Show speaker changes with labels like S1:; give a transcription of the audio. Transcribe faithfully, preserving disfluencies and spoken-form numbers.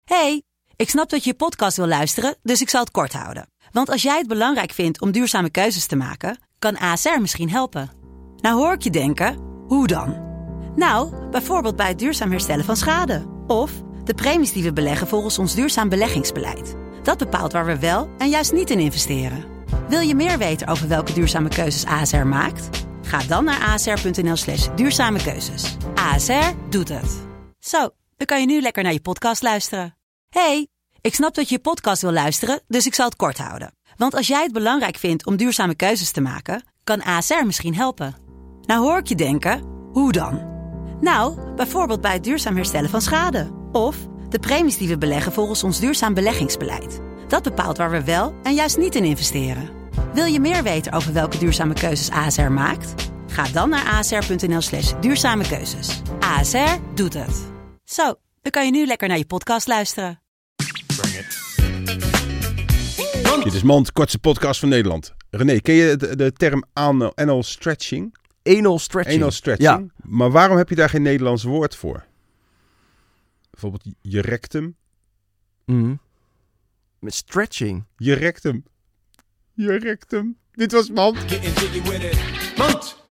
S1: Hey, ik snap dat je je podcast wil luisteren, dus ik zal het kort houden. Want als jij het belangrijk vindt om duurzame keuzes te maken, kan A S R misschien helpen. Nou hoor ik je denken, hoe dan? Nou, bijvoorbeeld bij het duurzaam herstellen van schade. Of de premies die we beleggen volgens ons duurzaam beleggingsbeleid. Dat bepaalt waar we wel en juist niet in investeren. Wil je meer weten over welke duurzame keuzes A S R maakt? Ga dan naar asr.nl slash duurzame keuzes. A S R doet het. Zo, dan kan je nu lekker naar je podcast luisteren. Hey, ik snap dat je je podcast wil luisteren, dus ik zal het kort houden. Want als jij het belangrijk vindt om duurzame keuzes te maken, kan A S R misschien helpen. Nou hoor ik je denken, hoe dan? Nou, bijvoorbeeld bij het duurzaam herstellen van schade. Of de premies die we beleggen volgens ons duurzaam beleggingsbeleid. Dat bepaalt waar we wel en juist niet in investeren. Wil je meer weten over welke duurzame keuzes A S R maakt? Ga dan naar asr.nl slash duurzame keuzes. A S R doet het. Zo, dan kan je nu lekker naar je podcast luisteren.
S2: Dit is Mand, kortste podcast van Nederland. René, ken je de, de term anal, anal stretching?
S3: Anal stretching.
S2: Anal stretching.
S3: Ja.
S2: Maar waarom heb je daar geen Nederlands woord voor? Bijvoorbeeld je rectum.
S3: Mm. Met stretching.
S2: Je rectum. Je rectum. Dit was Mand.
S4: Getting jiggy with it. Mand.